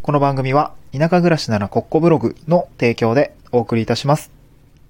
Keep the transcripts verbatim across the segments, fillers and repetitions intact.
この番組は田舎暮らしならコッコブログの提供でお送りいたします。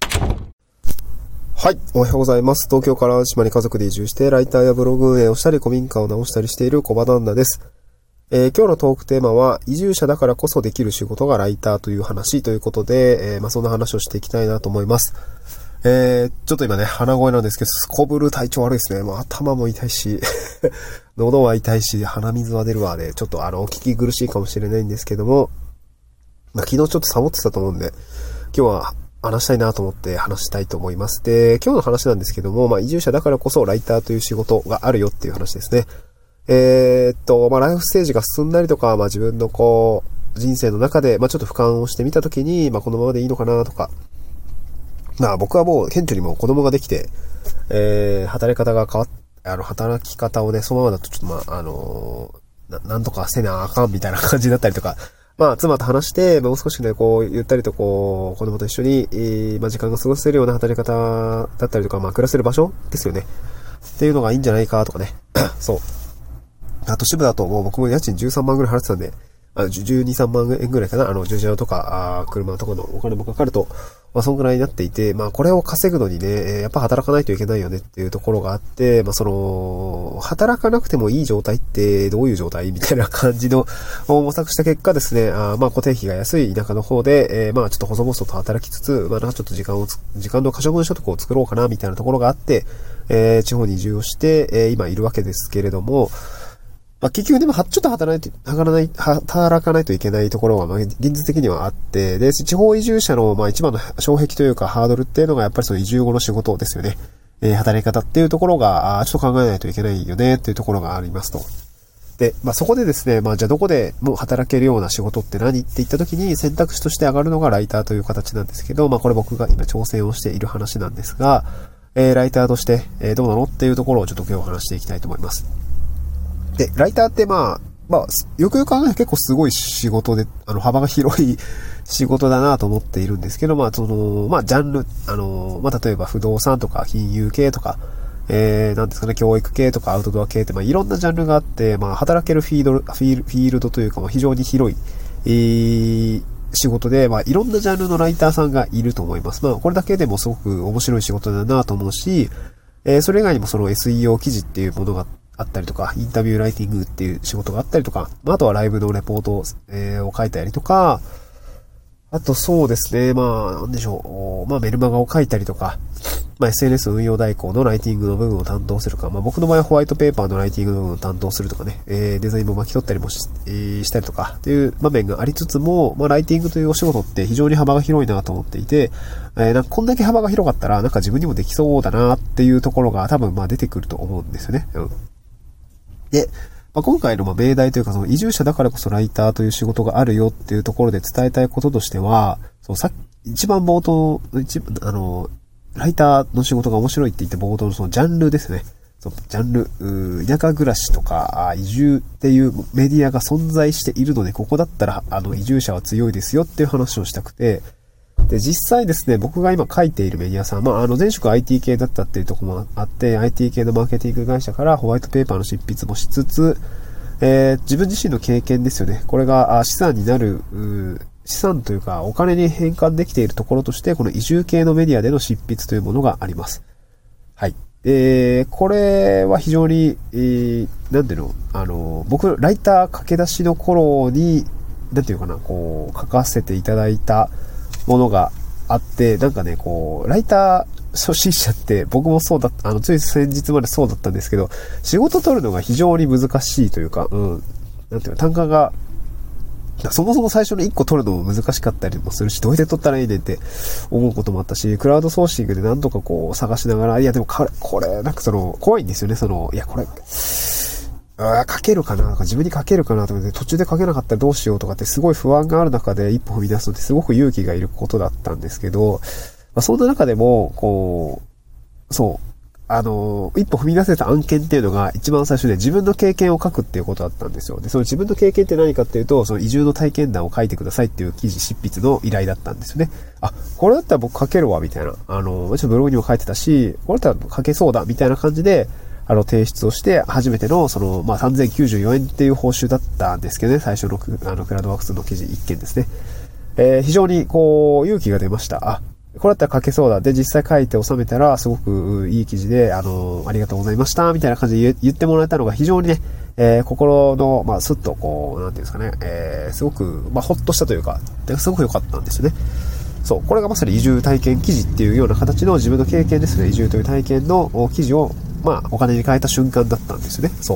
はい、おはようございます。東京から島に家族で移住してライターやブログ運営をしたり古民家を直したりしている小場旦那です。えー、今日のトークテーマは移住者だからこそできる仕事がライターという話ということで、えー、まあそんな話をしていきたいなと思います。えー、ちょっと今ね鼻声なんですけど、すこぶる体調悪いですね。もう頭も痛いし喉は痛いし鼻水は出るわで、ちょっとあのお聞き苦しいかもしれないんですけども、まあ昨日ちょっとサボってたと思うんで、今日は話したいなと思って話したいと思います。で、今日の話なんですけども、まあ移住者だからこそライターという仕事があるよっていう話ですね。えー、っと、まあライフステージが進んだりとか、まあ自分のこう人生の中でまあちょっと俯瞰をしてみたときに、まあこのままでいいのかなとか、まあ僕はもう顕著にもう子供ができて、えー、働き方が変わっ、あの働き方をねそのままだとちょっとまああのー、な, なんとかせなあかんみたいな感じだったりとか。まあ、妻と話して、もう少しね、こう、ゆったりとこう、子供と一緒に、えー、まあ、時間が過ごせるような働き方だったりとか、まあ、暮らせる場所ですよね。っていうのがいいんじゃないかとかね。そう。あと、渋だと、もう僕も家賃じゅうさんまんぐらい払ってたんで、あじゅうに、さんまんえんぐらいかな。あの、住所とか、あ車とかのお金もかかると、まあ、そんぐらいになっていて、まあ、これを稼ぐのにね、やっぱ働かないといけないよねっていうところがあって、まあ、その、働かなくてもいい状態ってどういう状態みたいな感じの模索した結果ですね、あまあ、固定費が安い田舎の方で、えー、まあ、ちょっと細々と働きつつ、まあ、ちょっと時間をつ、時間の可処分所得を作ろうかなみたいなところがあって、えー、地方に移住をして、えー、今いるわけですけれども、まあ、結局でも、ちょっと働いて、働かない、働かないといけないところは、まあ、現実的にはあって、で、地方移住者の、まあ、一番の障壁というか、ハードルっていうのが、やっぱりその移住後の仕事ですよね。えー、働き方っていうところが、ちょっと考えないといけないよね、っていうところがありますと。で、まあ、そこでですね、まあ、じゃあどこでも働けるような仕事って何って言った時に、選択肢として上がるのがライターという形なんですけど、まあ、これ僕が今挑戦をしている話なんですが、えー、ライターとして、えー、どうなのっていうところをちょっと今日話していきたいと思います。で、ライターってまあ、まあ、よくよく考えると結構すごい仕事で、あの、幅が広い仕事だなと思っているんですけど、まあ、その、まあ、ジャンル、あの、まあ、例えば不動産とか金融系とか、えー、なんですかね、教育系とかアウトドア系って、まあ、いろんなジャンルがあって、まあ、働けるフィード、フィール、フィールドというか、まあ、非常に広い、えー、仕事で、まあ、いろんなジャンルのライターさんがいると思います。まあ、これだけでもすごく面白い仕事だなと思うし、えー、それ以外にもその エスイーオー 記事っていうものがあったりとか、インタビューライティングっていう仕事があったりとか、あとはライブのレポートを、えー、を書いたりとか、あとそうですね、まあ、なんでしょう、まあメルマガを書いたりとか、まあ エスエヌエス 運用代行のライティングの部分を担当するか、まあ僕の場合はホワイトペーパーのライティングの部分を担当するとかね、えー、デザインも巻き取ったりも し,、えー、したりとかっていう場面がありつつも、まあライティングというお仕事って非常に幅が広いなと思っていて、えー、なんかこんだけ幅が広かったらなんか自分にもできそうだなっていうところが多分まあ出てくると思うんですよね。うんで、まあ、今回のまあ命題というかその移住者だからこそライターという仕事があるよっていうところで伝えたいこととしては、そうさ一番冒頭、一あの、ライターの仕事が面白いって言って冒頭のそのジャンルですね。そのジャンル、田舎暮らしとか移住っていうメディアが存在しているので、ここだったらあの移住者は強いですよっていう話をしたくて、で、実際ですね、僕が今書いているメディアさん、まあ、あの、前職 アイティー 系だったっていうところもあって、アイティー 系のマーケティング会社からホワイトペーパーの執筆もしつつ、えー、自分自身の経験ですよね。これが資産になる、資産というか、お金に変換できているところとして、この移住系のメディアでの執筆というものがあります。はい。えー、これは非常に、えー、なんていうの、あの、僕、ライター駆け出しの頃に、なんていうかな、こう、書かせていただいた、ものがあって、なんかね、こう、ライター初心者って僕もそうだった、あの、つい先日までそうだったんですけど、仕事取るのが非常に難しいというか、うん、なんていうの、単価が、そもそも最初のいっこ取るのも難しかったりもするし、どうやって取ったらいいねって思うこともあったし、クラウドソーシングでなんとかこう探しながら、いやでもこれ、これ、なんかその、怖いんですよね、その、いやこれ、あ書けるかなとか自分に書けるかなとかで途中で書けなかったらどうしようとかってすごい不安がある中で一歩踏み出すのってすごく勇気がいることだったんですけど、まあ、そんな中でもこうそうあの一歩踏み出せた案件っていうのが一番最初で自分の経験を書くっていうことだったんですよ。でその自分の経験って何かっていうと、その移住の体験談を書いてくださいっていう記事執筆の依頼だったんですよね。あ、これだったら僕書けるわみたいな、あのちょっとブログにも書いてたし、これだったら書けそうだみたいな感じであの、提出をして、初めての、その、まあ、さんぜんきゅうじゅうよえんっていう報酬だったんですけどね、最初の、あの、クラウドワークスの記事いっけんですね。えー、非常に、こう、勇気が出ました。あ、これだったら書けそうだ。で、実際書いて収めたら、すごくいい記事で、あの、ありがとうございました、みたいな感じで言ってもらえたのが非常にね、えー、心の、まあ、すっと、こう、なんていうんですかね、えー、すごく、まあ、ほっとしたというか、すごく良かったんですよね。そう、これがまさに移住体験記事っていうような形の自分の経験ですね。移住という体験の記事を、まあ、お金に変えた瞬間だったんですよね。そう。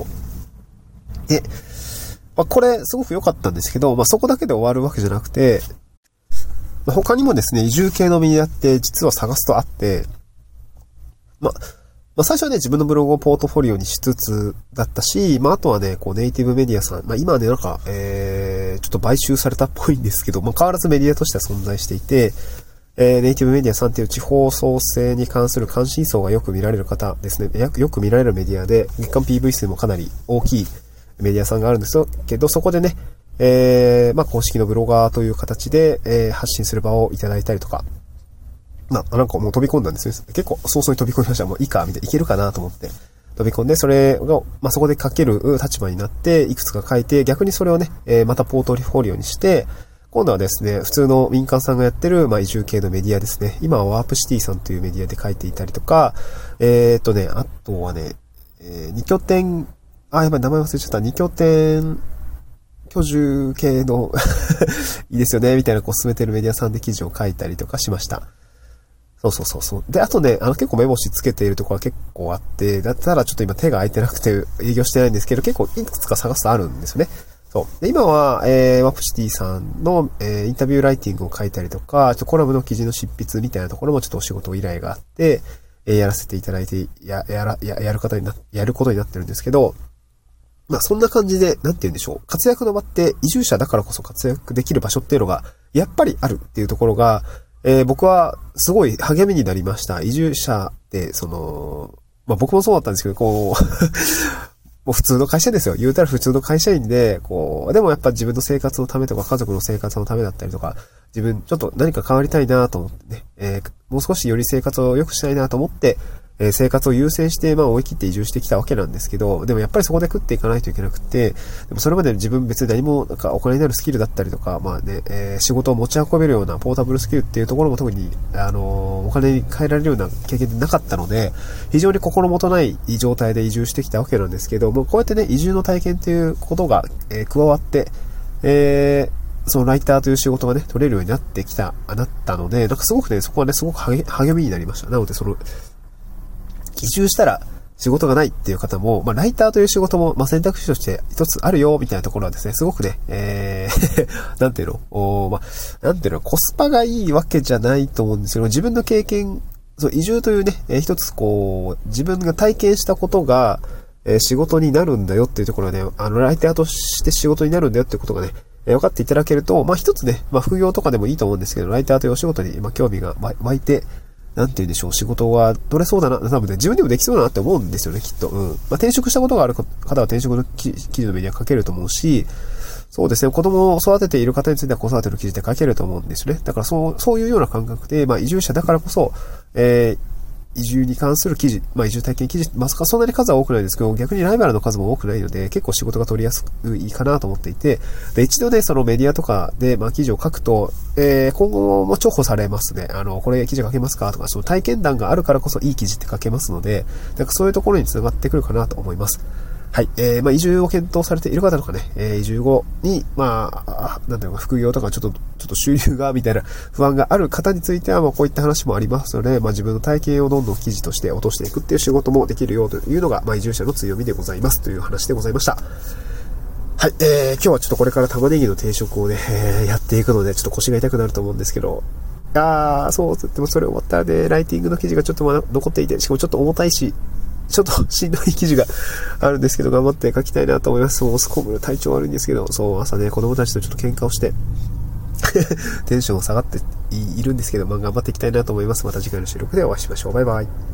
で、まあ、これ、すごく良かったんですけど、まあ、そこだけで終わるわけじゃなくて、まあ、他にもですね、移住系のメディアって実は探すとあって、まあ、まあ、最初はね、自分のブログをポートフォリオにしつつだったし、まあ、あとはね、こう、ネイティブメディアさん、まあ、今はね、なんか、えー、ちょっと買収されたっぽいんですけど、まあ、変わらずメディアとしては存在していて、えー、ネイティブメディアさんっていう地方創生に関する関心層がよく見られる方ですね、よく見られるメディアで、月間 ピーブイ 数もかなり大きいメディアさんがあるんですけど、そこでね、えー、まあ、公式のブロガーという形で、えー、発信する場をいただいたりとか、まあ、なんかもう飛び込んだんですね。結構早々に飛び込みました。もういいか、みたいな、いけるかなと思って。飛び込んで、それが、まあ、そこで書ける立場になって、いくつか書いて、逆にそれをね、えー、またポートフォリオにして、今度はですね、普通の民間さんがやってる、まあ、移住系のメディアですね。今はワープシティさんというメディアで書いていたりとか、えーっとね、あとはね、えー、に拠点、あ、やばい、名前忘れちゃった。に拠点、居住系のいいですよね、みたいなこう進めてるメディアさんで記事を書いたりとかしました。そうそうそうそう。で、あとね、あの結構目星つけているところは結構あって、だったらちょっと今手が空いてなくて営業してないんですけど、結構いくつか探すとあるんですよね。そう。で、今は、えー、ワプシティさんの、えー、インタビューライティングを書いたりとか、ちょっとコラムの記事の執筆みたいなところもちょっとお仕事依頼があって、えー、やらせていただいて、や、やら、や、やる方にな、やることになってるんですけど、まあそんな感じで、なんて言うんでしょう。活躍の場って移住者だからこそ活躍できる場所っていうのが、やっぱりあるっていうところが、えー、僕はすごい励みになりました。移住者って、その、まあ僕もそうだったんですけど、こう、もう普通の会社ですよ。言うたら普通の会社員で、こう、でもやっぱ自分の生活のためとか家族の生活のためだったりとか、自分ちょっと何か変わりたいなと思ってね、えー、もう少しより生活を良くしたいなと思って、えー、生活を優先して、まあ思い切って移住してきたわけなんですけど、でもやっぱりそこで食っていかないといけなくて、でもそれまで自分別に何もなんかお金になるスキルだったりとか、まあね、えー、仕事を持ち運べるようなポータブルスキルっていうところも特に、あのー、お金に変えられるような経験でなかったので、非常に心もとない状態で移住してきたわけなんですけど、もうこうやってね、移住の体験っていうことが、えー、加わって、えー、そのライターという仕事がね、取れるようになってきた、なったので、なんかすごくね、そこはね、すごく励みになりました。なので、その、移住したら仕事がないっていう方も、まあ、ライターという仕事も、まあ、選択肢として一つあるよ、みたいなところはですね、すごくね、えー、なんていうのおまあ、なんていうのコスパがいいわけじゃないと思うんですけど、自分の経験、そう、移住というね、えー、一つこう、自分が体験したことが、えー、仕事になるんだよっていうところはね、あの、ライターとして仕事になるんだよっていうことがね、えー、分かっていただけると、まあ、一つね、まあ、副業とかでもいいと思うんですけど、ライターというお仕事に、まあ、興味が湧いて、なんて言うんでしょう、仕事は取れそうだな、多分ね、自分でもできそうだなって思うんですよね、きっと。うん。まあ、転職したことがある方は転職の記事のメディア書けると思うし、そうですね、子供を育てている方については子育ての記事で書けると思うんですよね。だからそう、そういうような感覚で、まあ、移住者だからこそ、えー、移住に関する記事、まあ移住体験記事、まさかそんなに数は多くないですけど、逆にライバルの数も多くないので、結構仕事が取りやすくいいかなと思っていて、で、一度ね、そのメディアとかで、まあ記事を書くと、えー、今後も重宝されますね。あの、これ記事書けますかとか、その体験談があるからこそいい記事って書けますので、なんかそういうところに繋がってくるかなと思います。はい。えー、まあ、移住を検討されている方とかね、えー、移住後に、まあ、なんだろう、副業とかちょっと、ちょっと収入が、みたいな不安がある方については、まあ、こういった話もありますので、まあ、自分の体験をどんどん記事として落としていくっていう仕事もできるよというのが、まあ、移住者の強みでございますという話でございました。はい。えー、今日はちょっとこれから玉ねぎの定食をね、えー、やっていくので、ちょっと腰が痛くなると思うんですけど、あー、そう、でもそれ終わったらね、ライティングの記事がちょっとまだ残っていて、しかもちょっと重たいし、ちょっとしんどい記事があるんですけど、頑張って書きたいなと思います。そう、すこぶ体調悪いんですけど、そう、朝ね、子供たちとちょっと喧嘩をして、テンション下がっているんですけど、まあ、頑張っていきたいなと思います。また次回の収録でお会いしましょう。バイバイ。